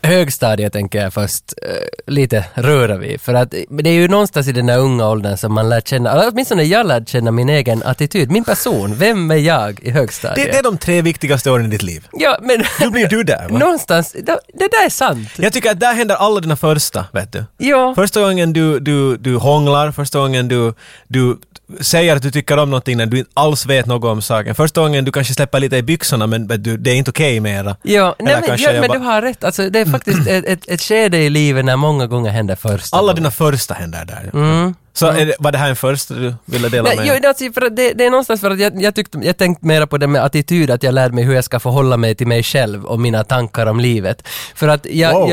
högstadiet tänker jag först lite röra vid. För att det är ju någonstans i den här unga åldern som man lär känna, eller åtminstone jag lär känna min egen attityd, min person, vem är jag i högstadiet? Det är de 3 viktigaste åren i ditt liv. Ja, men... Du blir du där, va? Någonstans, det där är sant. Jag tycker att där händer alla dina första, vet du. Ja. Första gången du hånglar, första gången du säger att du tycker om någonting när du inte alls vet något om saken. Första gången du kanske släpper lite i byxorna men det är inte okej mera. Ja, men du har rätt. Alltså, det är faktiskt ett skede i livet när många gånger händer första. Alla dina första händer där. Ja. Så var det här en första du ville dela med? Jo, alltså, för det är någonstans för att jag tänkte mera på det med attityd, att jag lärde mig hur jag ska förhålla mig till mig själv och mina tankar om livet. För att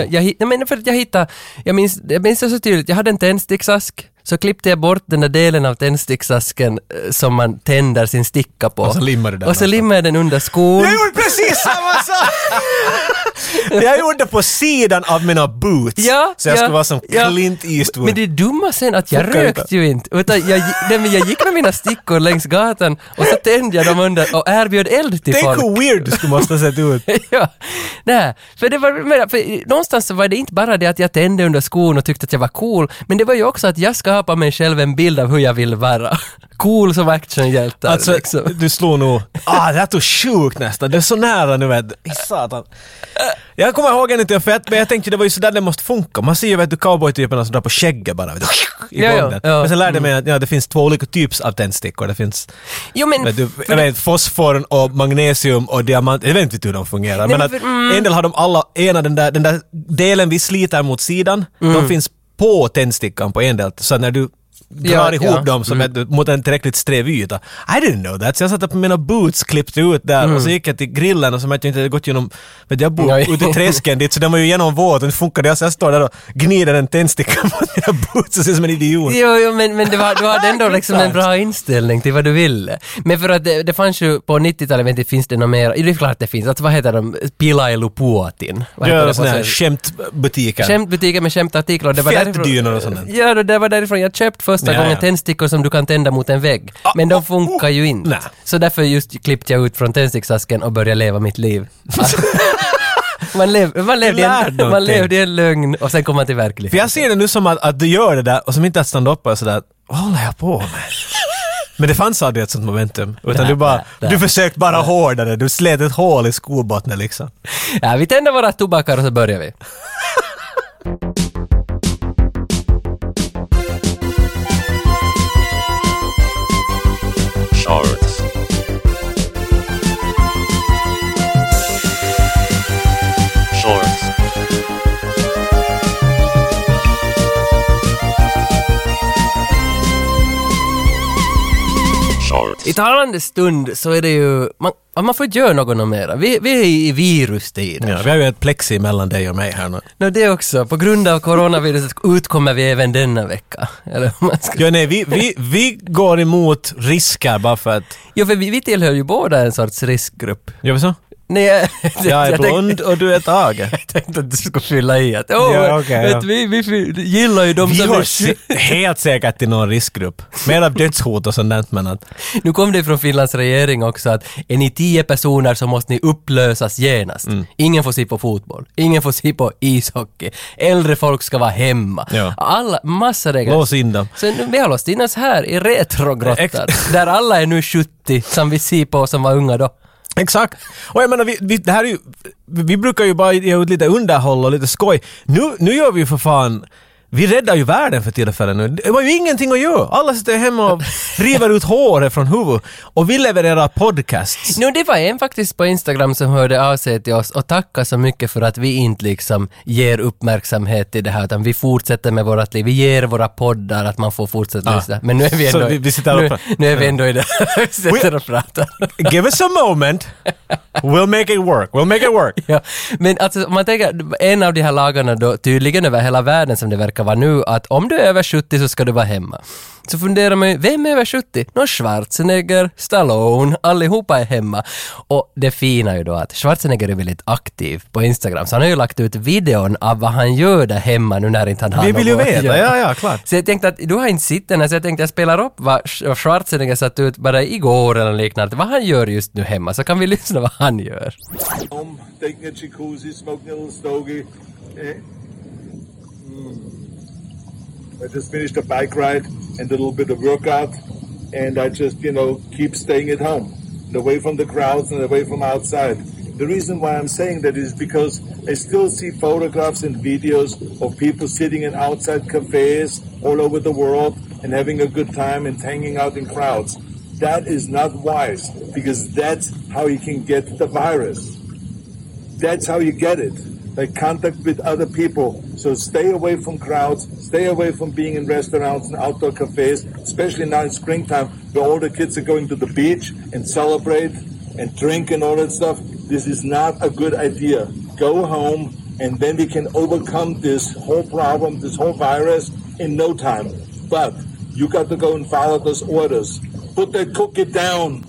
jag minns det så tydligt, jag hade en tändsticksask. Så klippte jag bort den där delen av tändsticksasken som man tänder sin sticka på. Och så limmade den. Och så limmade jag den under skon. Jag gjorde precis samma sak! Jag gjorde på sidan av mina boots. Ja, så jag skulle vara som Clint Eastwood. Men det dumma sen att jag rökte ju inte. Utan jag gick med mina stickor längs gatan och så tände jag dem under och erbjöd eld till folk. Tänk hur weird du skulle måste ha sett ut. Ja, nej. För någonstans så var det inte bara det att jag tände under skon och tyckte att jag var cool. Men det var ju också att jag skapade mig själv en bild av hur jag vill vara. Cool som actionhjältar. Alltså, liksom. Du slår nog... det här tog sjukt nästan. Det är så nära nu, vet du. Satan. Jag kommer ihåg en inte, för jag tänkte det var ju så där det måste funka. Man ser ju, vet du, cowboy-typerna som drar på skägget bara, vet du, ja. Men sen lärde jag mig att det finns 2 olika typs av tändstickor. Det finns fosfor och magnesium och diamant. Jag vet inte hur de fungerar. Men att en del har de alla, den där delen vi sliter mot sidan, de finns på tändstickan på en del. Så när du drar ihop dem som mot en tillräckligt sträv yta. I didn't know that. Så jag satt på mina boots, klippte ut där och så gick jag till grillen och så märkte jag inte att jag gått genom, men jag bor ute i träsken dit så den var ju genom våt och det funkade. Jag står där och gnider en tändsticka mot mina boots och ser som en idiot. Jo, men du hade ändå liksom en bra inställning till vad du ville. Men för att det fanns ju på 90-talet, vet inte, finns det något mer? Det är klart det finns. Alltså, vad heter de? Pilailupuotin. Ja, sådana här skämtbutiker. Skämtbutiker med skämtartiklar. Fettdynor och sånt. Ja, det var därifrån jag köpt första gången tändstickor som du kan tända mot en vägg. Men de funkar ju inte. Nej. Så därför just klippte jag ut från tändsticksasken och började leva mitt liv. Man levde i en lögn och sen kom man till verkligheten. För jag ser det nu som att du gör det där och som inte att stanna upp och sådär, vad håller jag på med? Men det fanns aldrig ett sånt momentum. Utan du försökte bara hårdare. Du slet ett hål i skobottnen liksom. Ja, vi tänder våra tobakar och så börjar vi. Shorts. I talande stund så är det ju... Man får inte göra något mera. Vi är i virustid. Ja, vi har ju ett plexi mellan dig och mig här nu. No, det också. På grund av coronaviruset utkommer vi även denna vecka. Eller man ska... Ja, nej, vi går emot risker bara för att... Jo, för vi tillhör ju båda en sorts riskgrupp. Gör vi så? Nej, jag är blond och du är Tage. Jag tänkte att du skulle fylla i att vi gillar ju dem vi som är helt säkert i någon riskgrupp. Mer av dödshot och sånt, men att... Nu kom det från Finlands regering också att är ni 10 personer så måste ni upplösas genast. Ingen får se på fotboll. Ingen får se på ishockey. Äldre folk ska vara hemma. Ja. Alla, massa regler. Lås in dem. Så vi har låst in oss här i retrogrottar. Där alla är nu 70 som vi ser på som var unga då. Exakt. Och jag menar, det här är ju, vi brukar ju bara ge ut lite underhåll och lite skoj. Nu gör vi ju för fan... Vi räddar ju världen för tillfället nu. Det var ju ingenting att göra. Alla sitter hemma och river ut håret från huvudet. Och vi levererar podcasts. Det var en faktiskt på Instagram som hörde av sig till oss och tackar så mycket för att vi inte liksom ger uppmärksamhet till det här, utan vi fortsätter med vårat liv. Vi ger våra poddar att man får fortsätta lyssna. Men nu är vi ändå, nu är vi ändå i det. Vi sitter och pratar. Give us a moment. We'll make it work. Ja, men alltså, om man tänker, en av de här lagarna då tydligen över hela världen som det verkar vara nu, att om du är över 70 så ska du vara hemma. Så funderar man ju, vem är över 70? Schwarzenegger, Stallone, allihopa är hemma. Och det fina är ju då att Schwarzenegger är väldigt aktiv på Instagram. Så han har ju lagt ut videon av vad han gör där hemma nu när inte han har något. Vi vill ju veta, ja, klart. Så jag tänkte att du har inte sitt den, så jag tänkte att jag spelar upp vad Schwarzenegger satt ut bara igår eller liknande. Vad han gör just nu hemma, så kan vi lyssna vad han gör. Taking a jacuzzi, smoking a little stogie. I just finished a bike ride and a little bit of workout, and I just, keep staying at home, away from the crowds and away from outside. The reason why I'm saying that is because I still see photographs and videos of people sitting in outside cafes all over the world and having a good time and hanging out in crowds. That is not wise, because that's how you can get the virus. That's how you get it, by contact with other people. So stay away from crowds, stay away from being in restaurants and outdoor cafes, especially now in springtime where all the kids are going to the beach and celebrate and drink and all that stuff. This is not a good idea. Go home, and then we can overcome this whole problem, this whole virus in no time. But you got to go and follow those orders. Put that cookie down.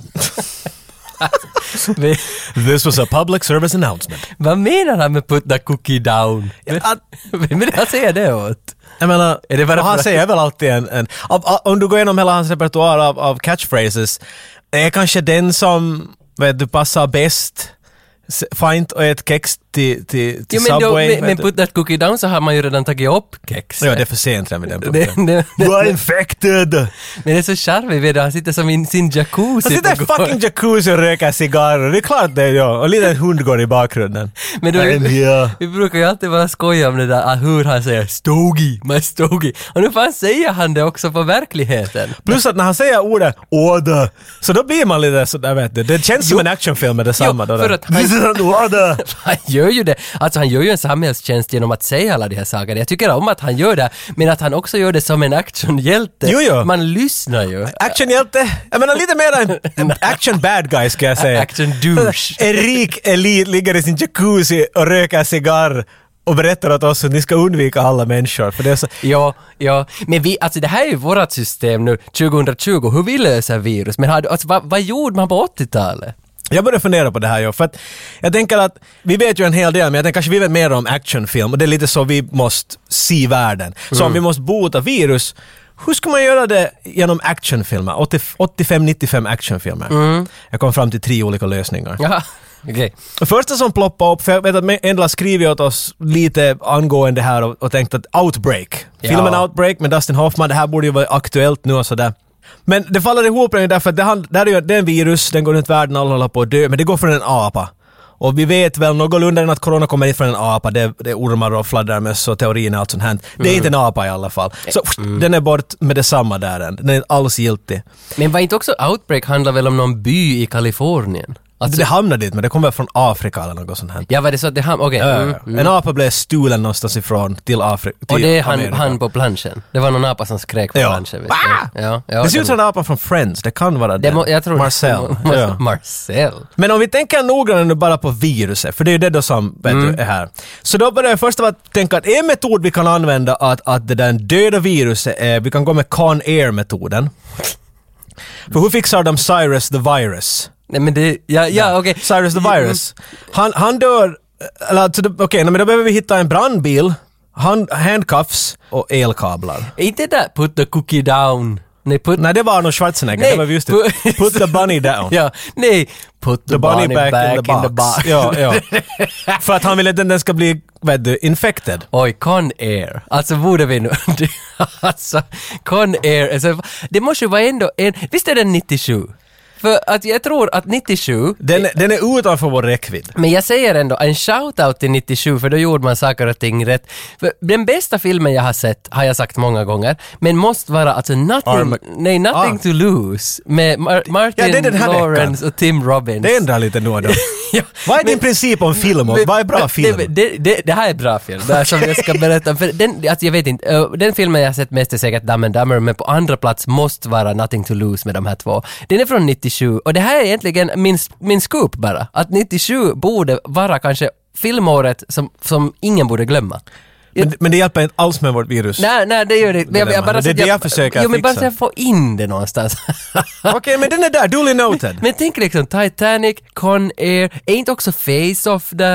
This was a public service announcement. Vad menar han med put the cookie down? Vem är det han säger det åt? Jag menar, han säger väl alltid om du går igenom hela hans repertoar av catchphrases, är kanske den som du passar bäst. Fint och ett kex till Subway. Men put that cookie down så har man ju redan tagit upp kex. Ja, det är för sent redan vid den punkten. You are infected! Men det är så charmigt vid det. Han sitter som i sin jacuzzi. Han sitter i fucking jacuzzi och röker cigarrer. Det är klart det, ja. Och lite en hund går i bakgrunden. Men då, vi brukar ju alltid bara skoja om det där, hur han säger stogie, my stogie. Och nu fan säger han det också på verkligheten. Plus att när han säger ordet order, så då blir man lite sådär, vet du. Det känns som en actionfilm med detsamma. Jo, för att han gör ju det. Alltså han gör ju en samhällstjänst genom att säga alla de här sakerna. Jag tycker om att han gör det, men att han också gör det som en actionhjälte. Jo. Man lyssnar ju. Actionhjälte? Jag menar lite mer en action bad guy, ska jag säga. Action douche. En rik elit ligger i sin jacuzzi och röker cigarr och berättar åt oss att ni ska undvika alla människor. För det är så... Ja. Men det här är ju vårt system nu, 2020, hur vi löser virus. Men vad gjorde man på 80-talet? Jag började fundera på det här, för att jag tänker att vi vet ju en hel del, men jag tänker kanske vi vet mer om actionfilm, och det är lite så vi måste se världen. Så om vi måste bota virus, hur ska man göra det genom actionfilmer? 85-95 actionfilmer. Jag kom fram till 3 olika lösningar. Jaha. Okay. Första som ploppade upp, för jag vet att Endla skrivit åt oss lite angående det här och tänkt att Outbreak. Filmen Outbreak med Dustin Hoffman, det här borde ju vara aktuellt nu och sådär. Men det faller ihop därför att det är en virus, den går ut världen, alla håller på att dö, men det går från en apa. Och vi vet väl någorlunda att corona kommer in från en apa, det är ormar och fladdermöss och teorin och allt sånt här. Det är inte en apa i alla fall. Så den är bort med detsamma där, den är alls giltig. Men var inte också Outbreak handlar väl om någon by i Kalifornien? Alltså, det hamnade dit, men det kommer från Afrika eller något sånt här. Ja, var det så att det okej. En apa blev stulen någonstans ifrån till Afrika. Och det är han på planschen. Det var någon apa som skrek på planschen. Ja, det ser ut som en apa från Friends, det kan vara det. Jag tror Marcel. Marcel. Men om vi tänker noggrant nu bara på viruset, för det är ju det då som är här. Så då börjar jag först att tänka att en metod vi kan använda att det där döda viruset är, vi kan gå med Con Air-metoden. För hur fixar de Cyrus the Virus? Nej, men det... Ja, okej. Cyrus the Virus. Han dör... men då behöver vi hitta en brandbil, handcuffs och elkablar. Är inte det put the cookie down? Nej, det var nog Schwarzenegger. Det var just det. Put the bunny down. Ja, nej. Put the bunny back in the box. Ja. För att han vill att den ska bli, infected. Oj, Con Air. Alltså, borde vi nu... alltså, Con Air. Alltså, det måste ju vara ändå en... Visst är den 97? För att jag tror att 97... Den är utanför vår räckvidd. Men jag säger ändå en shoutout till 97, för då gjorde man saker och ting rätt. För den bästa filmen jag har sett, har jag sagt många gånger, men måste vara alltså Nothing to Lose med Martin Lawrence och Tim Robbins. Det ändrar lite nu då. Vad är din princip om film? Vad är bra film? Det här är bra film. Det här som jag ska berätta. För jag vet inte, den filmen jag har sett mest är säkert Dumb and Dumber, men på andra plats måste vara Nothing to Lose med de här två. Den är från 97. Och det här är egentligen min scoop bara. Att 97 borde vara kanske filmåret som ingen borde glömma. Men det hjälper inte alls med vårt virus. Nej, det gör det. Det är det jag försöker fixa. Men bara så jag får in det någonstans. Okej, men den är där, duly noted. Men tänk liksom Titanic, Con Air, är inte också Face Off där?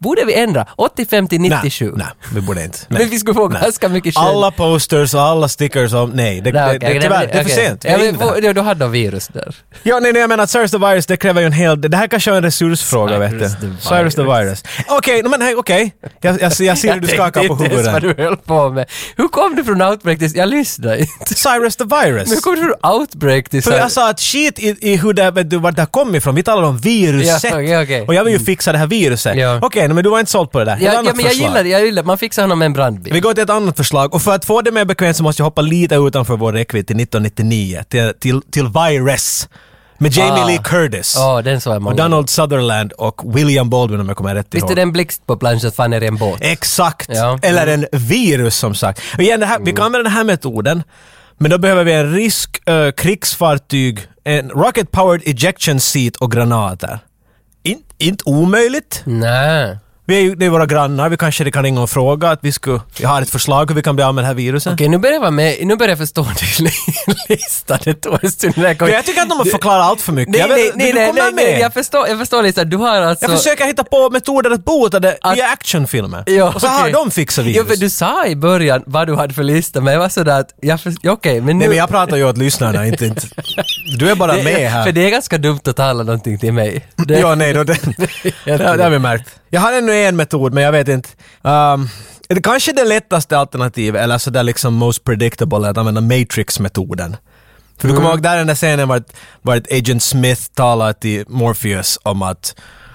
Borde vi ändra 85 till 97? Nej, vi borde inte. Men vi skulle få ganska mycket skäl. Alla posters och alla stickers och nej, tyvärr, det är för sent. Då hade de virus där. Ja, nej, jag menar att Cyrus the Virus, det kräver ju en hel... Det här kanske är en resursfråga, vet du. Cyrus the Virus. Okej. Jag ser hur du skakar på huvudet. Jag tänkte inte vad du höll på med. Hur kom du från Outbreak till... Jag lyssnade inte. Cyrus the Virus. Men hur kom du från Outbreak till... För jag sa att shit i hur det, vet du, vart det kom ifrån. Vi talar om viruset. Ja, okay. Och jag vill ju fixa det här viruset. Ja. Okej, men du var inte sålt på det där. Ja, men jag gillar. Man fixar honom med en brandbil. Vi går till ett annat förslag. Och för att få det mer bekvämt så måste jag hoppa lite utanför vår räckvidd till 1999. Till Virus. Med Jamie Lee Curtis. Den så är många. Och Donald Sutherland och William Baldwin om jag kommer rätt ihåg. Visst är det en blixt på planschen fan är i en båt? Exakt! Ja. Eller en virus som sagt. Och igen, vi kan använda den här metoden, men då behöver vi en krigsfartyg, en rocket-powered ejection seat och granater. Inte omöjligt. Nej. Det är våra grannar, vi kanske kan ringa och fråga att jag har ett förslag hur vi kan bli av med det här viruset. Okej, nu börjar jag förstå din lista. Det tog en stund. Jag tycker att de har förklarat allt för mycket. Nej, jag förstår listan. Du har alltså... Jag försöker hitta på metoder att bota det via actionfilmer. Ja, och så har de fixat virus. Ja, för du sa i början vad du hade för lista, men jag var sådär att... men nu... Nej, men jag pratar ju åt lyssnarna, inte... Du är bara med här. För det är ganska dumt att tala någonting till mig. Ja, nej, det har vi märkt. Jag har ännu en metod, men jag vet inte. Det kanske är det lättaste alternativet, eller sådär liksom most predictable, att använda Matrix-metoden. För du kommer ihåg där den där scenen var att Agent Smith talade till Morpheus om att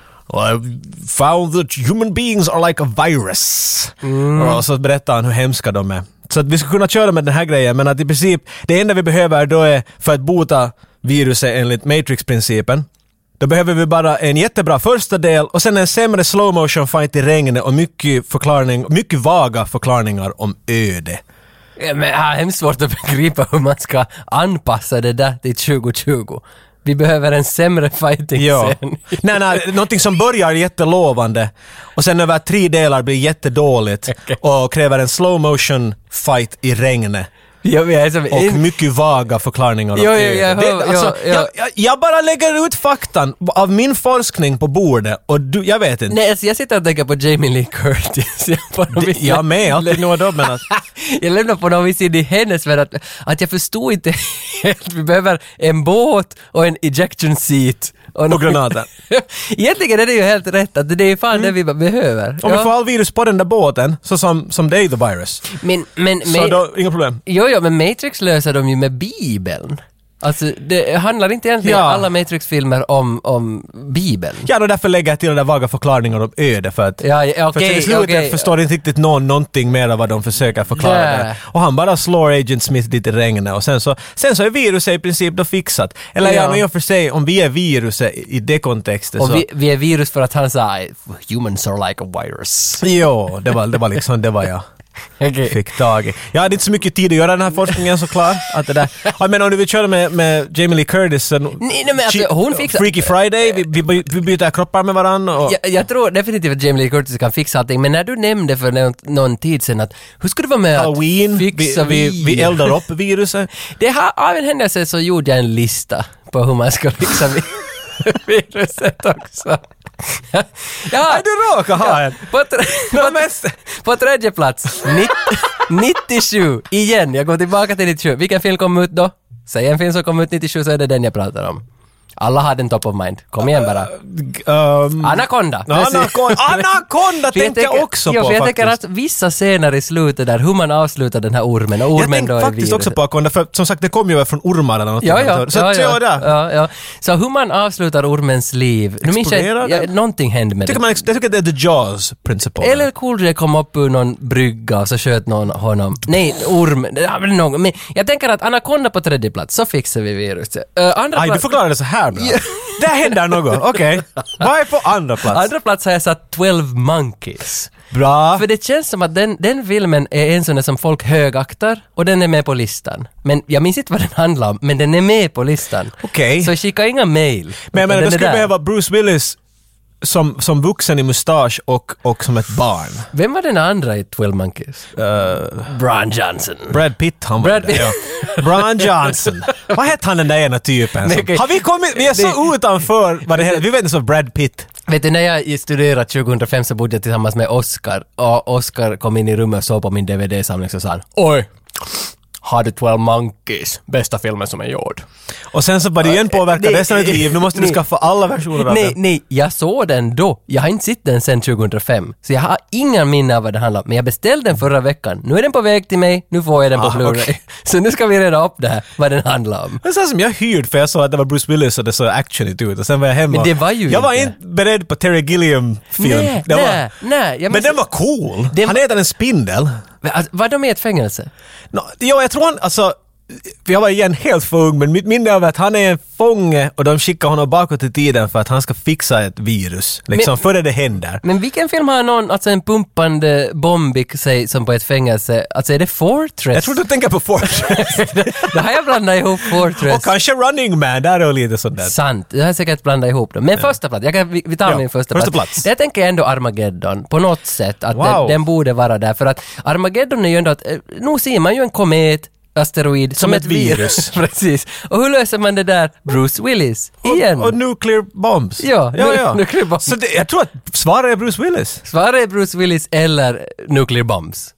I found that human beings are like a virus. Och så berättar han hur hemska de är. Så att vi ska kunna köra med den här grejen, men att i princip det enda vi behöver då är för att bota viruset enligt Matrix-principen. Då behöver vi bara en jättebra första del och sen en sämre slow motion fight i regnet och mycket vaga förklaringar om öde. Ja, men jag har hemskt svårt att begripa hur man ska anpassa det där till 2020. Vi behöver en sämre fighting-scen. Nej, någonting som börjar jättelovande och sen över 3 delar blir jättedåligt och kräver en slow motion fight i regnet. Och mycket vaga förklaringar. Jag bara lägger ut faktan av min forskning på bordet och jag vet inte. Nej, alltså jag sitter och tänker på Jamie Lee Curtis. Jag med, alltid något då, men jag lämnar på något vis in i hennes för att jag förstod inte helt. Vi behöver en båt och en ejection seat. Och granater. Egentligen är det ju helt rätt att det är fan det vi behöver. Om vi får all virus på den där båten, så som det är the virus. Så då, inga problem. Jo, men Matrix löser de ju med Bibeln. Alltså, det handlar inte egentligen alla Matrix-filmer om Bibeln. Ja, och därför lägger jag till de där vaga förklaringar om öde för att i slutet förstår inte riktigt någonting mer av vad de försöker förklara där. Och han bara slår Agent Smith dit i regnet och sen så är viruset i princip då fixat. Eller men jag för sig, om vi är viruset i det kontextet och så... vi är virus för att han sa humans are like a virus. Jo, det var liksom, det var jag. Fick tag i. Jag hade inte så mycket tid att göra den här forskningen såklart. Att det där. Men om du vill köra med Jamie Lee Curtis hon fixar... Freaky Friday, vi byter kroppar med varandra. Och... Jag tror definitivt att Jamie Lee Curtis kan fixa allting. Men när du nämnde för någon tid sedan att hur skulle det vara med Halloween, att fixa vi eldar upp viruset. Det har av en händelse så gjorde jag en lista på hur man ska fixa viruset också. Ja, du råkar ha en. På tredje plats 97. Igen, jag går tillbaka till 97. Vilken film kom ut då? Säg en film som kom ut 97 så är det den jag pratar om. Alla har den top of mind. Kom igen bara. Anaconda. Anaconda tänkte jag också på. För jag tänker att vissa scener i slutet där, hur man avslutar den här ormen. Och ormen jag tänkte faktiskt också på Anaconda, för som sagt det kom ju från ormar eller något. Ja. Så hur man avslutar ormens liv. Nu minns jag, någonting hände med det. Jag tycker det är the Jaws principle. Eller Cool J kom upp ur någon brygga och så sköt någon honom. Nej, orm. Men jag tänker att Anaconda på tredje plats, så fixar vi viruset. Du förklarar det så här. Där händer något, okej. Vad är på andra plats? Andra plats har jag satt 12 Monkeys. Bra. För det känns som att den filmen är en sån som folk högaktar och den är med på listan. Men jag minns inte vad den handlar om, men den är med på listan. Okej. Så skicka inga mail. Men då skulle behöva Bruce Willis som vuxen i mustasch och som ett barn. Vem var den andra i 12 Monkeys? Brian Johnson. Brad Pitt, han var det. Ja. Brian Johnson. Vad heter han den där ena typen? Har vi kommit? Vi är så utanför vad det heter. Vi vet inte så Brad Pitt. Vet du, när jag studerade 2005 så bodde jag tillsammans med Oscar. Och Oscar kom in i rummet och såg på min DVD-samling och sa han, oj, har du 12 Monkeys, bästa filmen som är gjord. Och sen så var det igen påverkat resten av ditt liv. Nu måste du skaffa alla versioner av den. Nej, jag såg den då. Jag har inte sett den sen 2005. Så jag har ingen minne av vad det handlar om. Men jag beställde den förra veckan. Nu är den på väg till mig. Nu får jag den på Blu-ray. Okay. Så nu ska vi reda upp det här, vad den handlar om. Det är så som jag hyrde, för jag såg att det var Bruce Willis och det såg actionigt ut. Och sen var jag hemma. Men det var ju jag var inte beredd på Terry Gilliam-film. Nej. Men den var cool. Han äter en spindel. Var de i ett fängelse? Jag tror han, alltså, jag var igen helt för ung, men mitt minne av att han är en fånge och de skickar honom bakåt i tiden för att han ska fixa ett virus, liksom, före det händer. Men vilken film har någon, alltså en pumpande bombik sig som på ett fängelse, alltså är det Fortress? Jag tror du tänker på Fortress. Då har jag blandat ihop Fortress. Och kanske Running Man, där är lite sånt där. Sant, jag har säkert blandat ihop dem. Men första plats, vi tar min första plats. Det tänker jag ändå Armageddon, på något sätt, att den borde vara där, för att Armageddon är ju ändå att, nu ser man ju en komet, asteroid som ett virus. Precis. Och hur löser man det där? Bruce Willis. Igen. Och nuclear bombs. Ja. Nuclear bombs. Så jag tror att svaret är Bruce Willis. Svaret är Bruce Willis eller nuclear bombs.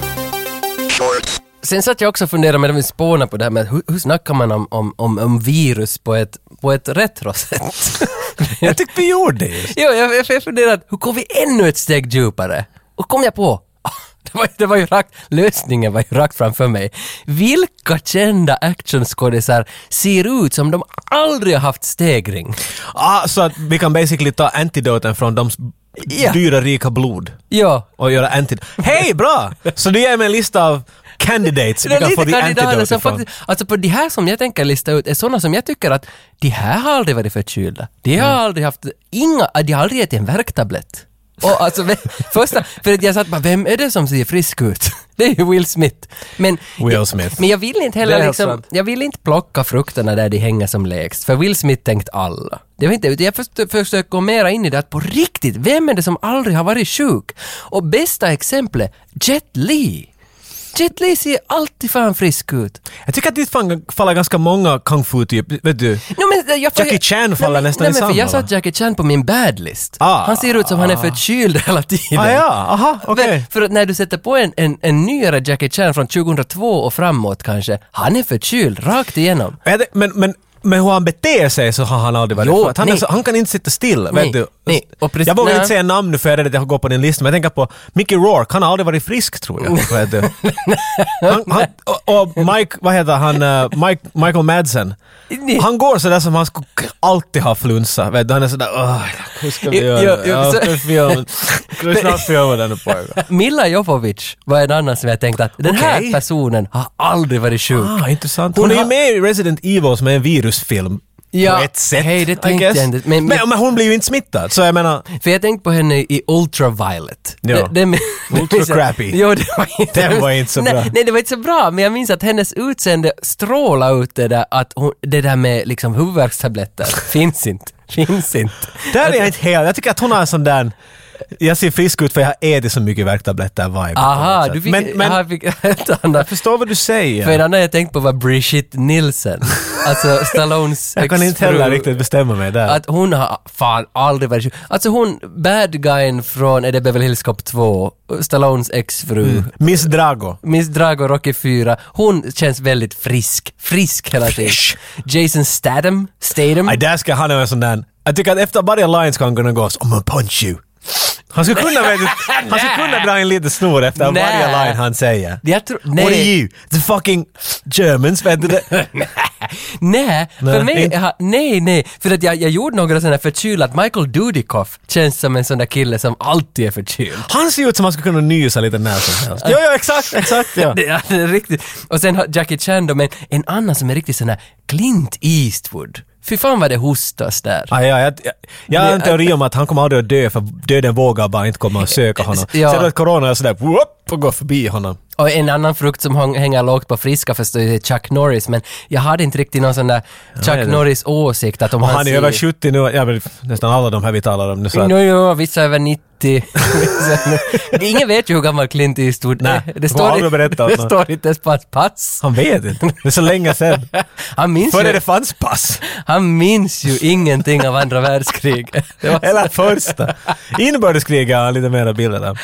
Sen satt jag också och funderade med att vi spånar på det här med hur snackar man om virus på ett retro sätt. Jag tyckte vi gjorde det just. Jo, jag funderade, hur går vi ännu ett steg djupare? Och kom jag på, det var ju rakt, lösningen var ju rakt framför mig. Vilka kända actionskådisar ser ut som de aldrig har haft stegring? Så att vi kan basically ta antidoten från de dyra rika blod. Ja. Och göra antidote. Hej, bra! Så du ger mig en lista av candidates vi kan få the antidote ifrån. Alltså på de här som jag tänker lista ut är sådana som jag tycker att de här har aldrig varit förkylda. De har aldrig haft de har aldrig ätit en värktablett. Och alltså första, för att jag satt bara, vem är det som ser frisk ut? Det är ju Will Smith. Men jag vill inte heller liksom, jag vill inte plocka frukterna där de hänger som lägst. För Will Smith tänkt alla. Det var inte, jag försöker gå mera in i det att på riktigt, vem är det som aldrig har varit sjuk? Och bästa exemplet, Jet Li. Jet Li ser alltid fan frisk ut. Jag tycker att det faller ganska många kung fu typ, vet du. Jackie Chan faller nästan i samma. För jag satt Jackie Chan på min bad list. Han ser ut som han är förkyld hela tiden. Okej. För att när du sätter på en nyare Jackie Chan från 2002 och framåt kanske, han är förkyld rakt igenom. Men hur han beter sig så har han aldrig varit han kan inte sitta still, vet du. Jag vågar inte säga namn nu för jag är rädd att jag går på din lista, men jag tänker på Mickey Rourke, han har aldrig varit frisk tror jag. Vet du. Och Mike, vad heter han, Michael Madsen. Han går sådär som han skulle alltid ha flunsa, vet du. Han är sådär, hur ska vi göra det? Ska vi snart filma den på? Milla Jovovich var en annan som jag tänkte att den här personen har aldrig varit sjuk. Intressant. Hon är ju med i Resident Evil som är en virusfilm. Ja, på ett sätt. Hej, det tänkte jag inte. Men hon blir ju inte smittad, så jag menar... För jag tänkte på henne i Ultraviolet. Ja. Ultra crappy. Jo, det var inte så bra. Nej, det var inte så bra, men jag minns att hennes utseende strålar ut det där att det där med liksom huvudvärkstabletter finns inte. Där är jag inte helt... Jag tycker att hon har en sån där... Jag ser frisk ut för jag har ätit så mycket värktabletter vibe. Aha, du fick... Men fick jag förstår vad du säger. För en annan jag tänkte på var Brigitte Nielsen. Alltså Stallones jag kan inte heller riktigt bestämma mig där. Att hon har fan aldrig varit sjuk. Alltså hon, bad guyen från, är det Beverly Hills Cop 2, Stallones exfru. Miss Drago, Rocky 4. Hon känns väldigt frisk hela tiden. Jason Statham. Nej, där ska han ha en sån där... Jag tycker att efter varje line ska han kunna gå I'm gonna punch you. Han skulle kunna dra in lite snor efter varje line han säger. What are you? The fucking Germans, vet du det? Nej, för mig... Nej. För att jag gjorde några sådana förkyld att Michael Dudikoff känns som en sån där kille som alltid är förkyld. Han ser ut som han skulle kunna nysa lite när som helst. Jo, exakt. Ja. Det är riktigt. Och sen har Jackie Chan då, men en annan som är riktigt sån här Clint Eastwood. Fy fan vad det hostas där. Jag har en teori om att han kommer aldrig att dö för döden vågar bara inte komma och söka honom. Ja. Sen att corona är sådär, whoop, får gå förbi honom. Och en annan frukt som hänger lågt på friska förstås är Chuck Norris, men jag hade inte riktigt någon sån där Chuck Norris åsikt att om han är över 70 nu, ja, men nästan alla de här vi talar om nu. Så att... Jo, vissa är över 90. Ingen vet ju hur gammal Clint Eastwood är. Det står inte ens på hans pass. Han vet inte. Det är så länge sedan. Före det fanns pass. Han minns ju ingenting av andra världskriget. Eller första. Inbördeskriget har lite mera bilder där.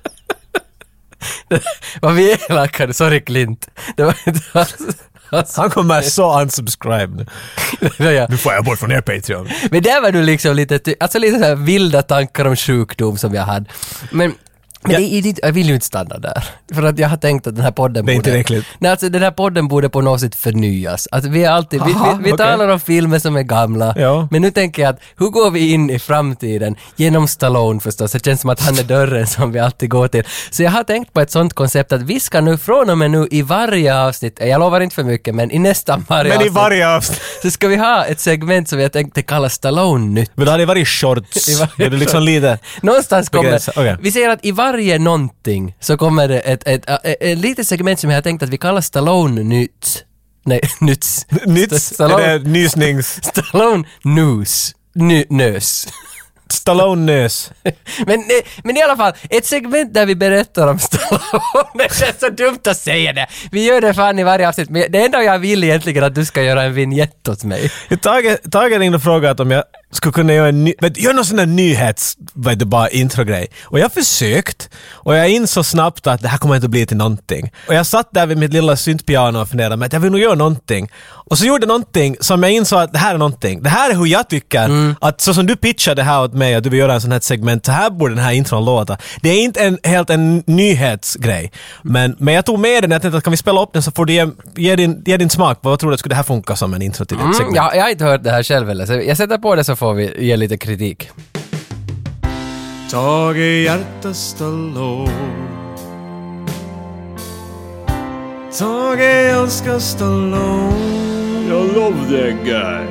Vad vi elakade, sorry Clint. Han kommer så unsubscribe nu. Nu får jag bort från er Patreon. Men det var nu liksom lite så här vilda tankar om sjukdom som jag hade. Men jag vill ju inte stanna där. För att jag har tänkt att den här podden det är inte riktigt. Nej, alltså den här podden borde på något sätt förnyas. Alltså vi är alltid, vi talar om filmer som är gamla. Ja. Men nu tänker jag att hur går vi in i framtiden? Genom Stallone förstås. Det känns som att han är dörren som vi alltid går till. Så jag har tänkt på ett sånt koncept att vi ska nu från och med nu i varje avsnitt, jag lovar inte för mycket, men i nästan varje avsnitt så ska vi ha ett segment som jag tänkte kalla Stallone-nytt. Men då har det varit shorts. Det är liksom lite... Någonstans kommer... Vi säger att i varje någonting så kommer det ett litet segment som jag har tänkt att vi kallar Stallone-nytt. Nej, nytts. Nytts? Är det nysnings? Stallone-nös. Nös. Stallone-nös. Men i alla fall, ett segment där vi berättar om Stallone. Det är så dumt att säga det. Vi gör det fan i varje avsnitt. Men det enda jag vill egentligen är att du ska göra en vignett åt mig. Tage ringde och frågade om jag skulle kunna göra gör någon sån där bara introgrej. Och jag försökt. Och jag insåg snabbt att det här kommer inte att bli till någonting. Och jag satt där vid mitt lilla syntpiano och funderade med att jag vill nog göra någonting. Och så gjorde jag någonting som jag insåg att det här är någonting. Det här är hur jag tycker att så som du pitchade det här åt mig att du vill göra en sån här segment, så här borde den här intron låta. Det är inte helt en nyhetsgrej. Men jag tog med den, jag tänkte att kan vi spela upp den så får du ge din smak. Vad tror du, skulle det här funka som en intro till ett segment? Jag har inte hört det här själv eller, så jag sätter på det så får vi ge lite kritik. Tage hjärta Stallone, Tage älskar Stallone. I love that guy.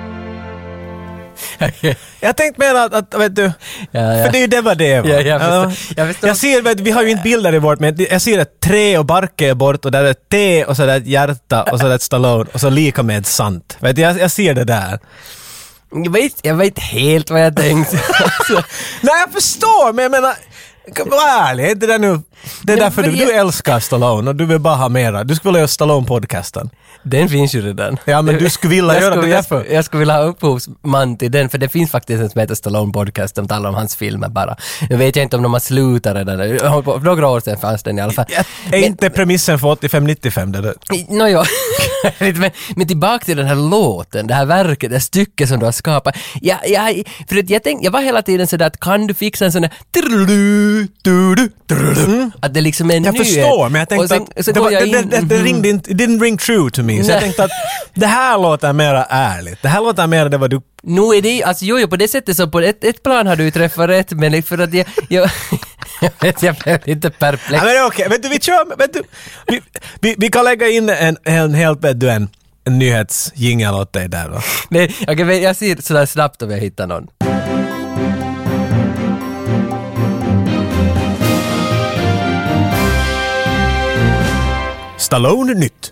Jag tänkte mer att vet du, för det är ju det vad det är. Jag förstår. Jag ser, vet, vi har ju inte bilder i vårt, men jag ser ett trä och barke är bort och där är ett T och så är det ett hjärta och så är det ett Stallone och så lika med sant. Vet du, jag ser det där. Jag vet helt vad jag tänkte. Nej, jag förstår, men jag menar, var ärlig, det där nu. Det är därför du älskar Stallone och du vill bara ha mera. Du skulle vilja göra Stallone-podcasten. Den finns ju redan. Ja, men du skulle vilja göra det därför. Jag skulle vilja ha upphovsman till den, för det finns faktiskt en som heter Stallone-podcast som talar om hans filmer bara. Nu vet jag inte om de har slutat redan. För några år sedan fanns den i alla fall. Är inte premissen för 85-95 det där? Nåja, men tillbaka till den här låten, det här verket, det stycket som du har skapat. Jag var hela tiden sådär att kan du fixa en sån där att det liksom är en nyhet. Jag förstår, men jag tänkte att det ringde inte, it didn't ring true to me. Så jag tänkte att det här låter mer ärligt. Det här låter mer det vad du... Nu är det, alltså jo, på det sättet så på ett plan har du träffat rätt, men för att jag blev lite perplex. Ja, men okej, vet du, vi kör, vet du, vi kan lägga in en helt en nyhetsjingel åt dig där då. Nej, okej, jag ser sådär snabbt om jag hittar någon. Stallone nytt.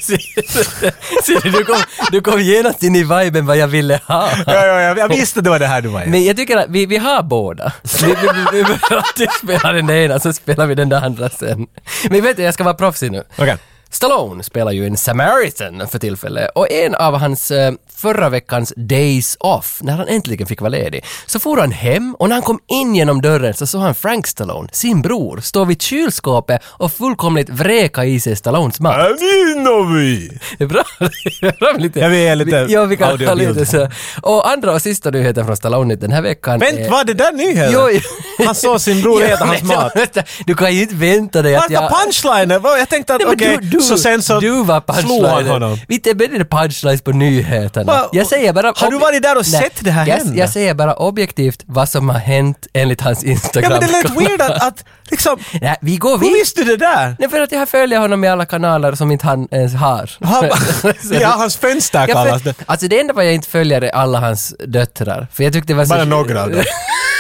Du kom genast in i viben vad jag ville ha. Ja, jag visste det var det här du var. Men jag tycker att vi har båda. Vi behöver alltid spela den ena, så spelar vi den där andra sen. Men vet du, jag ska vara proffsig nu. Okay. Stallone spelar ju en Samaritan för tillfället, och en av hans förra veckans days off, när han äntligen fick vara ledig, så får han hem, och när han kom in genom dörren så såg han Frank Stallone, sin bror, stå vid kylskåpet och fullkomligt vräka i sig Stallones mat. Det är bra. Jag vill lite. Ja, vi kan ha lite så. Och andra och sista nyheten från Stallone den här veckan. Vänt, vad är det där nyheten? Jo. Han såg sin bror äta hans mat. Du kan ju inte vänta dig att jag... punchliner? Jag tänkte att okej, så sen så du var punchliner. Vi är bättre punchlines på nyheterna. Jag säger bara... Har du varit där och sett det här hända? Jag säger bara objektivt vad som har hänt enligt hans Instagram. Ja, men det lät weird att liksom... Nej, vi går hur visste du det där? Nej, för att jag följer honom i alla kanaler som inte han ens har. Ja, hans fönster kallas det. Alltså det enda vad jag inte följer är alla hans döttrar. För jag tyckte det var så... Bara några av dem.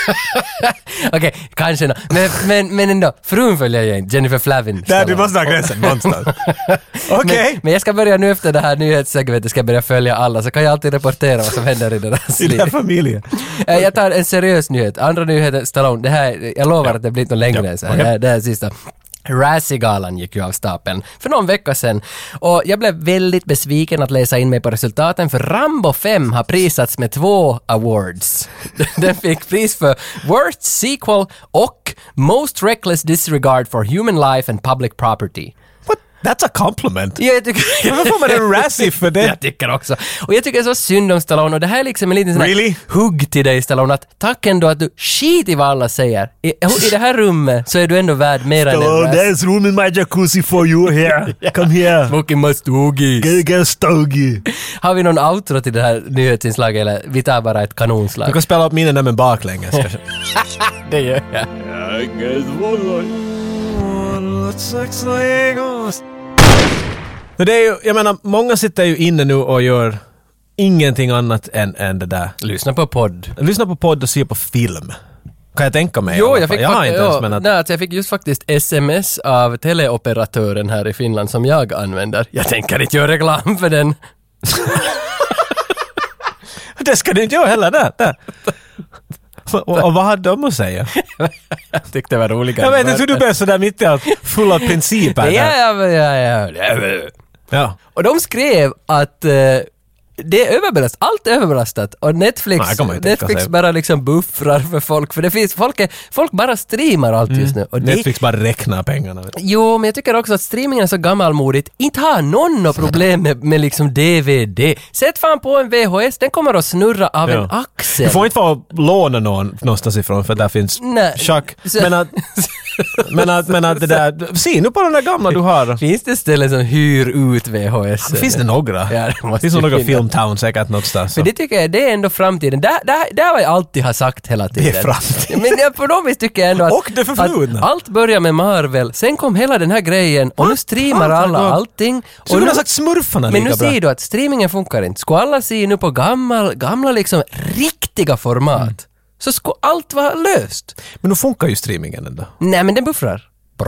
Okej, kanske. Men ändå, frun följer jag inte. Jennifer Flavin. Där, du måste ha gränsen någonstans. Okej. Men jag ska börja nu efter det här nyhetssegmentet, ska jag börja följa alla, så kan jag alltid rapportera vad som händer i deras I den liv. här familjen. Jag tar en seriös nyhet. Andra nyheter, Stallone. Det här, jag lovar att det blir inte något längre än så här. okej. Det här sista. Razzie-galan gick ju av stapeln för någon vecka sedan och jag blev väldigt besviken att läsa in mig på resultaten, för Rambo 5 har prisats med 2 awards. Den fick pris för Worst Sequel och Most Reckless Disregard for Human Life and Public Property. What? That's a compliment. Ja, jag tycker... Varför får man en Razzie för det? Jag tycker också. Och jag tycker så synd om Stallone, och det här är liksom en liten sån här Really? hugg till dig, Stallone, att tack ändå att du skit i vad alla säger. I det här rummet så är du ändå värd mer än en Razzie. there's room in my jacuzzi for you here. Come here. Smoking my stogies. Get stogie. Har vi någon outro till det här nyhetsinslaget, eller vi tar bara ett kanonslag? Du kan spela upp minnen där med baklänges kanske. Det gör jag. Men det är ju, jag menar, många sitter ju inne nu och gör ingenting annat än det där. Lyssna på podd. Lyssna på podd och se på film. Kan jag tänka mig. Jo, jag fick, jag har inte ens menat... nej, alltså jag fick just faktiskt SMS av teleoperatören här i Finland som jag använder. Jag tänker inte göra reklam för den. Det ska du inte göra heller där. Och vad hade de att säga? Jag tyckte det var roligare. Jag vet inte hur du blev sådär mitt i allt full av principer. Ja. Och de skrev att det är överbelastat, allt är överbelastat och Netflix bara liksom buffrar för folk, för det finns folk bara streamar allt just nu. Och Netflix bara räknar pengarna. Jo, men jag tycker också att streamingen är så gammalmodigt. Inte har någon problem med liksom DVD. Sätt fan på en VHS, den kommer att snurra av en axel. Du får inte få låna någonstans ifrån, för där finns schack. Men att det där... Se nu på den där gamla du har. Finns det ställen som hyr ut VHS? Finns det några? Ja, det finns det några Filmtown säkert någonstans. För det tycker jag, det är ändå framtiden. Det har jag alltid har sagt hela tiden. Det är framtiden. Men på något vis tycker jag ändå att... Och det förflutna. Allt börjar med Marvel, sen kom hela den här grejen och nu streamar alla allting. Så du har sagt smurfarna men lika nu bra. ser du att streamingen funkar inte. Ska alla se nu på gamla liksom riktiga format, så ska allt vara löst. Men nu funkar ju streamingen ändå. Nej, men den buffrar.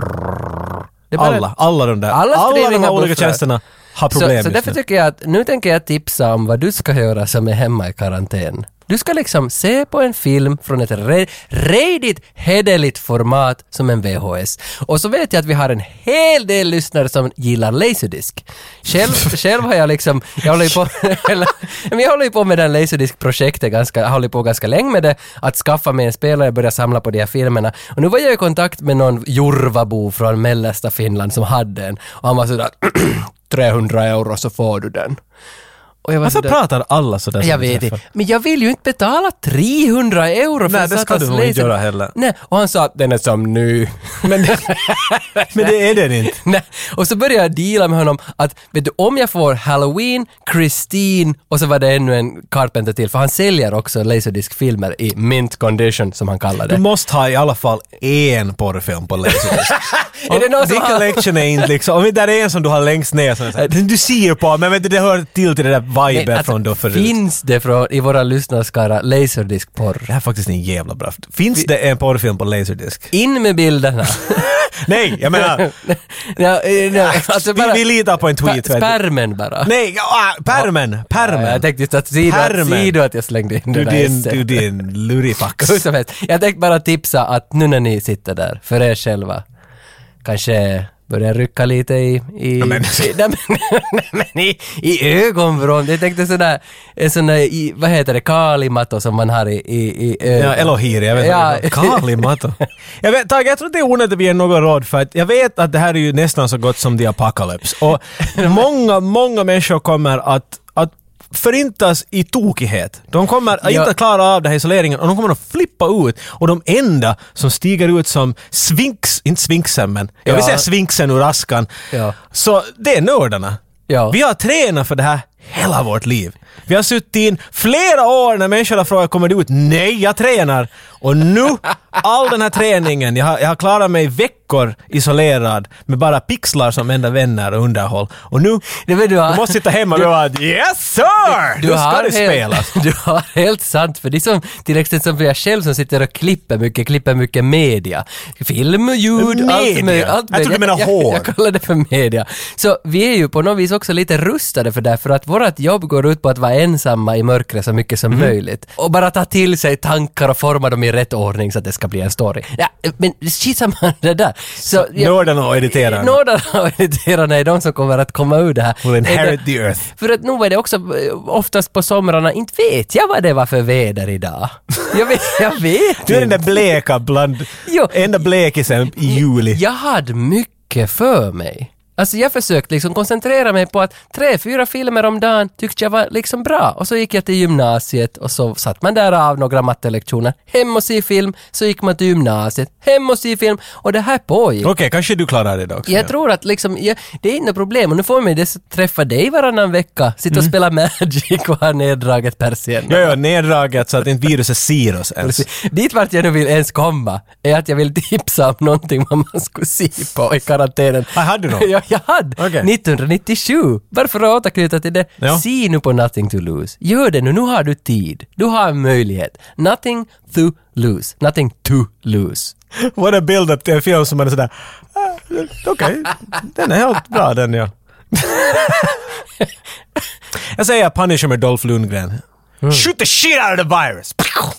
Alla de där. Alla de här olika tjänsterna har problem. Så därför tycker jag att nu tänker jag tipsa om vad du ska göra som är hemma i karantän. Du ska liksom se på en film från ett redigt hederligt format som en VHS. Och så vet jag att vi har en hel del lyssnare som gillar Laserdisc. Själv har jag liksom, jag håller ju på med den Laserdisc-projektet jag håller på ganska länge med det, att skaffa mig en spelare och börja samla på de här filmerna. Och nu var jag i kontakt med någon Jurvabo från mellersta Finland som hade en. Och han var sådär 300 euro så får du den. Varför pratar alla sådär? Jag vet inte. Men jag vill ju inte betala 300 euro för nej, det ska du nog inte göra heller. Nej, och han sa att den är som ny. Men det är den inte. Nej. Och så började jag deala med honom att, vet du, om jag får Halloween, Christine och så var det ännu en Carpenter till, för han säljer också Laserdisc-filmer i mint condition som han kallar det. Du måste ha i alla fall en porrfilm på Laserdisc. Är det någon som collection är inte liksom, om det är en som du har längst ner så du ser på, men vet du, det hör till det där vibe från då förut. Finns det i våra lyssnarskara Laserdisc-porr? Det här är faktiskt en jävla bra. Finns det en porrfilm på Laserdisc? In med bilderna. Nej, jag menar... alltså bara, vi litar på en tweet. Spermen bara. Nej, pärmen. Jag tänkte just att ser du att jag slängde in det där. Du din lurifax. Jag tänkte bara tipsa att nu när ni sitter där, för er själva, kanske börjar rycka lite i ögonvrån. Jag tänkte sådär, vad heter det, kalimato som man har i ögon. Ja, elohir, jag vet inte. Kalimato. Jag tror det är onödigt att vi ger något råd, för att jag vet att det här är ju nästan så gott som The Apocalypse. Och många människor kommer att förintas i tokighet. De kommer inte klara av den här isoleringen och de kommer att flippa ut. Och de enda som stiger ut som inte svinksen, men jag vill säga svinksen ur askan. Ja. Så det är nördarna. Ja. Vi har tränat för det här hela vårt liv. Vi har suttit in flera år när människor har frågat, kommer du ut? Nej, jag tränar. Och nu, all den här träningen, jag har klarat mig veckor isolerad med bara pixlar som enda vänner och underhåll. Och nu, du måste sitta hemma och vara yes sir! Du ska det spelas. Du har helt sant, för det är som till exempel jag själv som sitter och klipper mycket media. Film, ljud, allt med. Jag tror du menar hår. Jag kallar det för media. Så vi är ju på något vis också lite rustade för det, för att vårt jobb går ut på att vara ensamma i mörkret så mycket som möjligt. Och bara ta till sig tankar och forma dem i rätt ordning så att det ska bli en story. Ja, men skitsamma det där. Så Nördarna och editerarna är de som kommer att komma ur det här. Will inherit the earth. För att nu är det också oftast på somrarna, inte vet jag vad det var för väder idag. Jag vet Du är den där bleka bland enda blekisen i juli. Jag hade mycket för mig. Alltså jag försökte liksom koncentrera mig på att 3-4 filmer om dagen tyckte jag var liksom bra. Och så gick jag till gymnasiet och så satt man där av några mattelektioner. Hem och se film, så gick man till gymnasiet. Hem och se film, och det här pågick. Okej, kanske du klarar det då också. Jag tror att liksom, det är inte problem. Och nu får man ju träffa dig varannan vecka. Sitta och spela Magic och ha neddraget persien. Ja, neddraget så att inte viruset ser oss ens. Dit vart jag nu vill ens komma är att jag vill tipsa om någonting vad man skulle se på i karantänen. Hade du något? Jag hade 1997. Varför återknyta till det? Ja. Se nu på Nothing to Lose. Gör det nu har du tid. Du har en möjlighet. Nothing to lose. Nothing to lose. What a build-up till en film som man är sådär, okej, den är helt bra den, ja. Jag säger Punisher med Dolph Lundgren. Shoot the shit out of the virus!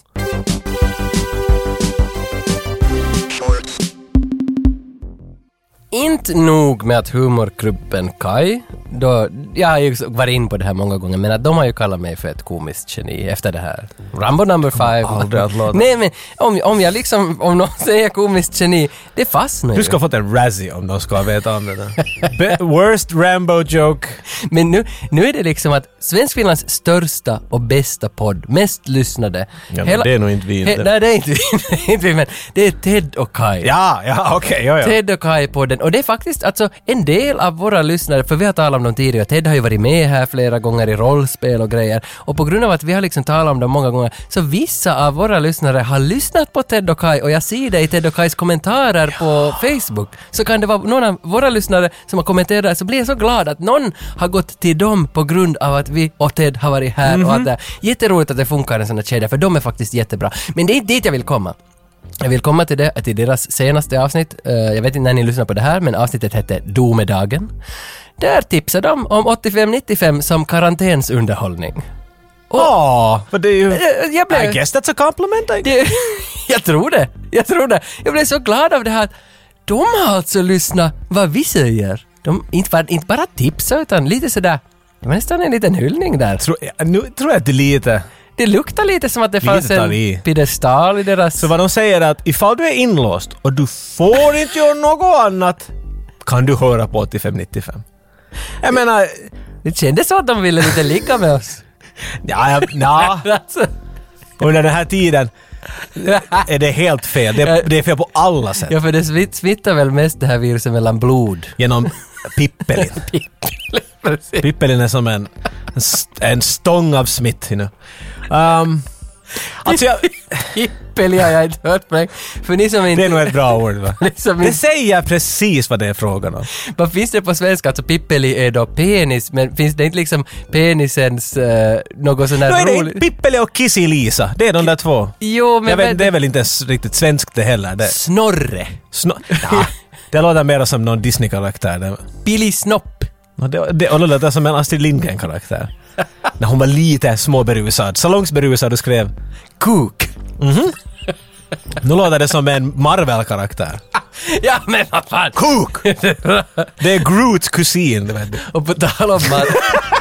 Inte nog med att humorklubben Kai, då, jag har ju varit in på det här många gånger, men att de har ju kallat mig för ett komiskt geni efter det här. Rambo number 5. Nej, men om jag liksom, om någon säger komiskt geni, det fastnar ju. Du ska ha fått en Razzie om de ska veta om det där. Worst Rambo joke. Men nu är det liksom att Svenskfinlands största och bästa podd, mest lyssnade. Ja, men det är nog inte vi inte. Nej, det är inte vi, men det är Ted och Kai. Ja, okej, ja. Ted och Kai-podden. Och det är faktiskt alltså en del av våra lyssnare, för vi har talat om dem tidigare. Ted har ju varit med här flera gånger i rollspel och grejer. Och på grund av att vi har liksom talat om dem många gånger, så vissa av våra lyssnare har lyssnat på Ted och Kai, och jag ser det i Ted och Kais kommentarer på Facebook. Så kan det vara någon av våra lyssnare som har kommenterat, så blir jag så glad att någon har gått till dem på grund av att vi och Ted har varit här. Och att det är jätteroligt att det funkar en sån här kedja, för de är faktiskt jättebra. Men det är dit jag vill komma. Jag vill komma till det, till deras senaste avsnitt. Jag vet inte när ni lyssnar på det här, men avsnittet hette Domedagen. Där tipsade de om 85-95 som karantänsunderhållning. För det är ju... I guess that's a compliment. Jag tror det. Jag blev så glad av det här. De har alltså lyssnat vad vi säger. De inte bara tipsa, utan lite sådär. Det var nästan en liten hyllning där. Nu tror jag att det är lite... Det luktar lite som att det fanns en piedestal i deras... Så vad de säger är att ifall du är inlåst och du får inte göra något annat, kan du höra på 85-95. Jag menar... Det kändes så att de ville lite ligga med oss. Ja. Under den här tiden är det helt fel. Det är fel på alla sätt. Ja, för det smittar väl mest det här viruset mellan blod. Genom pippelin. Pippelin är som en stång av smitt. Alltså Pippeli har jag inte hört mig. För ni som inte... Det är nog ett bra ord, va? Det säger precis vad det är frågan om. Vad finns det på svenska? Alltså pippeli är då penis, men finns det inte liksom penisens något sån här roligt? Pippeli och Kissi-Lisa, det är de där två. Jo, men... det är väl inte ens riktigt svenskt det heller. Det. Snorre. Ja, det låter mer som någon Disney-karaktär. Billy Snopp. Och det låter som en Astrid Lindgren-karaktär. När hon var lite småberusad. Salongsberusad och skrev Cook. Nu låter det som en Marvel-karaktär. Ja, men vad fan. Cook! Det är Groots kusin, det vet du. Och på tal om mat...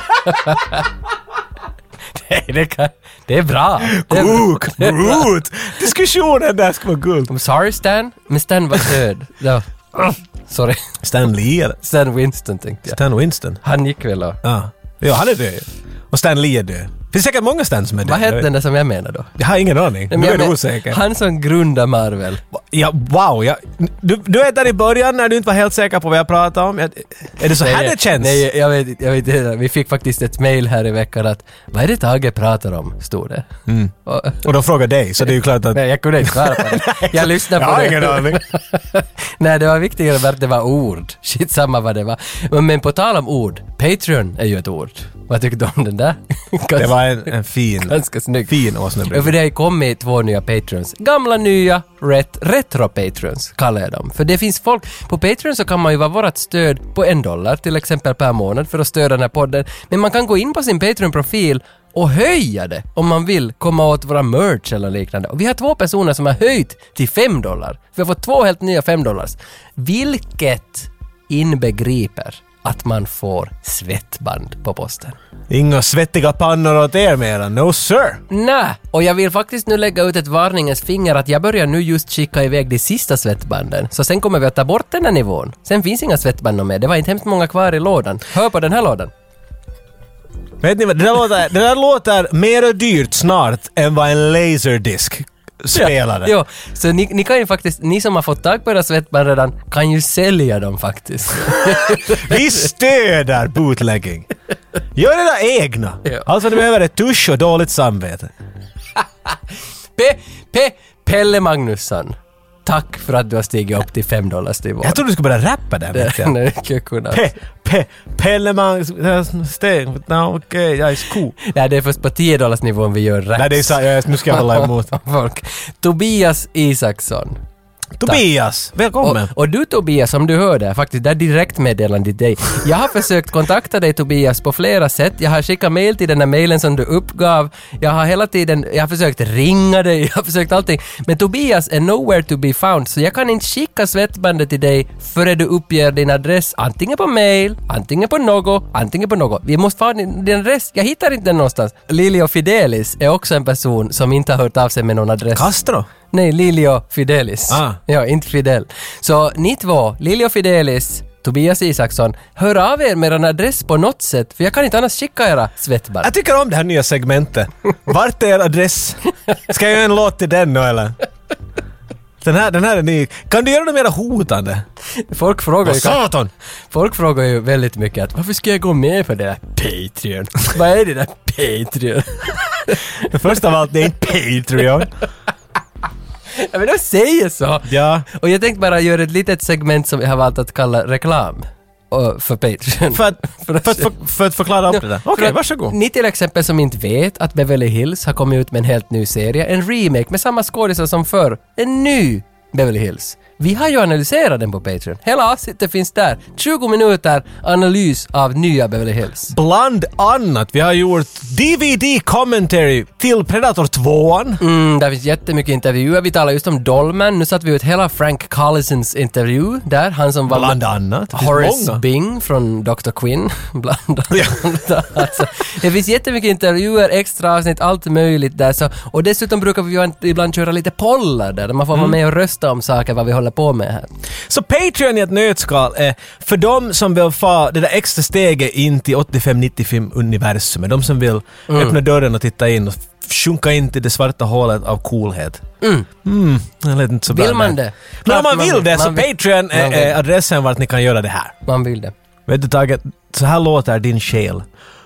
det är bra. Cook! Groot! Diskussionen där ska vara guld. I'm sorry, Stan. Men Stan var död. No. Sorry. Stan Lee eller? Stan Winston tänkte jag. Stan Winston? Han gick väl då. Ja, han är död. Och Stan Lee är död. Finns säkert många stans med det. Vad hette den där som jag menar då? Jag har ingen aning. Nu är du osäker. Han som grundar Marvel. Ja, wow. Ja. Du är där i början när du inte var helt säker på vad jag pratade om. Är det så här det känns? Nej, jag vet inte. Vi fick faktiskt ett mail här i veckan att vad är det Tage pratar om, stod det. Mm. Och de frågar dig, så det är ju klart att... Nej, jag kunde inte svara på det. Jag lyssnade på det. Jag har ingen aning. Nej, det var viktigare att det var ord. Shit, samma vad det var. Men på tal om ord, Patreon är ju ett ord. Vad tycker du om den där? Det var en fin, ganska snygg. Fin åsnebrygg. Ja, för det har ju kommit 2 nya Patreons. Gamla, nya, retro-Patreons kallar jag dem. För det finns folk, på Patreon så kan man ju vara vårat stöd på $1 till exempel per månad för att stödja den här podden. Men man kan gå in på sin Patreon-profil och höja det om man vill komma åt våra merch eller liknande. Och vi har 2 personer som har höjt till $5. Vi har fått 2 helt nya $5. Vilket inbegriper att man får svettband på posten. Inga svettiga pannor åt er mera, no sir. Nej, och jag vill faktiskt nu lägga ut ett varningens finger att jag börjar nu just skicka iväg de sista svettbanden. Så sen kommer vi att ta bort den här nivån. Sen finns inga svettband med. Det var inte hemskt många kvar i lådan. Hör på den här lådan. Vet ni vad, det där låter mer dyrt snart än vad en laserdisk spelare. Ja, så ni kan ju faktiskt, ni som har fått tag på era svettband redan, kan ju sälja dem faktiskt. Vi stöder bootlegging. Gör det där egna. Ja. Alltså du behöver ett tusch och dåligt samvete. Pelle Magnusson. Tack för att du har stigit upp till $5 nivån. Jag trodde du skulle börja rappa där. Pelle Magnusson. Okej, jag är cool. Nej, det är först på $10 nivån vi gör raps. Nej, det är så, nu ska jag hålla emot. Folk. Tobias Isaksson. Tobias, välkommen. Och du Tobias, som du hörde, faktiskt där direkt meddelande till dig. Jag har försökt kontakta dig Tobias på flera sätt. Jag har skickat mail till den här mailen som du uppgav. Jag har hela tiden, jag har försökt ringa dig, jag har försökt allting. Men Tobias är nowhere to be found, så jag kan inte skicka svettbandet till dig före du uppger din adress antingen på mail, antingen på något. Vi måste få din adress. Jag hittar inte den någonstans. Lilio Fidelis är också en person som inte har hört av sig med någon adress. Castro? Nej, Lilio Fidelis. Ja, inte Fidel. Så ni 2, Lilio Fidelis, Tobias Isaksson, hör av er med en adress på något sätt, för jag kan inte annars skicka era svettband. Jag tycker om det här nya segmentet. Vart är er adress? Ska jag göra en låt till den nu eller? Den här är ny. Kan du göra det mer hotande? Folk frågar ju väldigt mycket att varför ska jag gå med för det där Patreon? Vad är det där Patreon? Först av allt, det är inte Patreon. Ja, men de säger så. Ja. Och jag tänkte bara göra ett litet segment som jag har valt att kalla reklam för Patreon. För att förklara upp det där. Okej, varsågod. Ni till exempel som inte vet att Beverly Hills har kommit ut med en helt ny serie. En remake med samma skådespelare som förr. En ny Beverly Hills. Vi har ju analyserat den på Patreon. Hela avsnittet finns där. 20 minuter analys av nya Beverly Hills. Bland annat, vi har gjort DVD-commentary till Predator 2. Där finns jättemycket intervjuer. Vi talar just om Dolman. Nu satt vi ut hela Frank Collisons intervju där. Han som var bland annat. Horace Bing från Dr. Quinn. Bland annat. Alltså, det finns jättemycket intervjuer, extra avsnitt, allt möjligt där. Så, och dessutom brukar vi ju ibland köra lite pollar där man får vara med och rösta om saker vad vi håller på med här. Så Patreon i ett nötskal är för de som vill få det där extra steget in till 85-95 de som vill öppna dörren och titta in och sjunka in till det svarta hålet av coolhet. Jag vet inte så bra. Vill man det? Men om man vill det, så Patreon är adressen vart ni kan göra det här. Man vill det. Vet du Tage, så här låter din själ.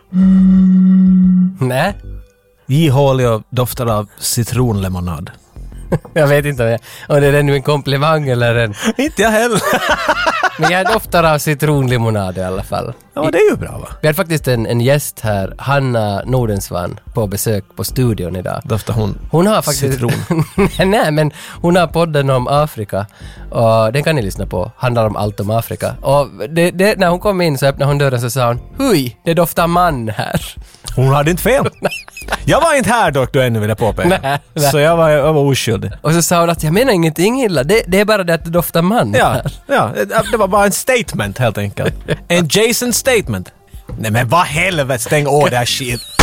Nej. Ihålig och doftar av citronlemonad. Jag vet inte om det är nu en komplimang eller en... Inte jag heller. Men jag doftar av citronlimonad i alla fall. Ja, det är ju bra va? Vi har faktiskt en gäst här, Hanna Nordensvan, på besök på studion idag. Doftar hon har faktiskt citron? Nej, men hon har podden om Afrika. Och den kan ni lyssna på. Handlar om allt om Afrika. Och när hon kom in så öppnade hon dörren så sa hon: Hui, det doftar man här. Hon hade inte fel. Jag var inte här dock, du ännu ville påpeka. Nej. Så jag var oskyldig. Och så sa hon att jag menar ingenting illa. Det är bara det att det doftar man här. Ja, det var bara en statement helt enkelt. En Jason statement. Nej men vad helvete, stäng det här shit.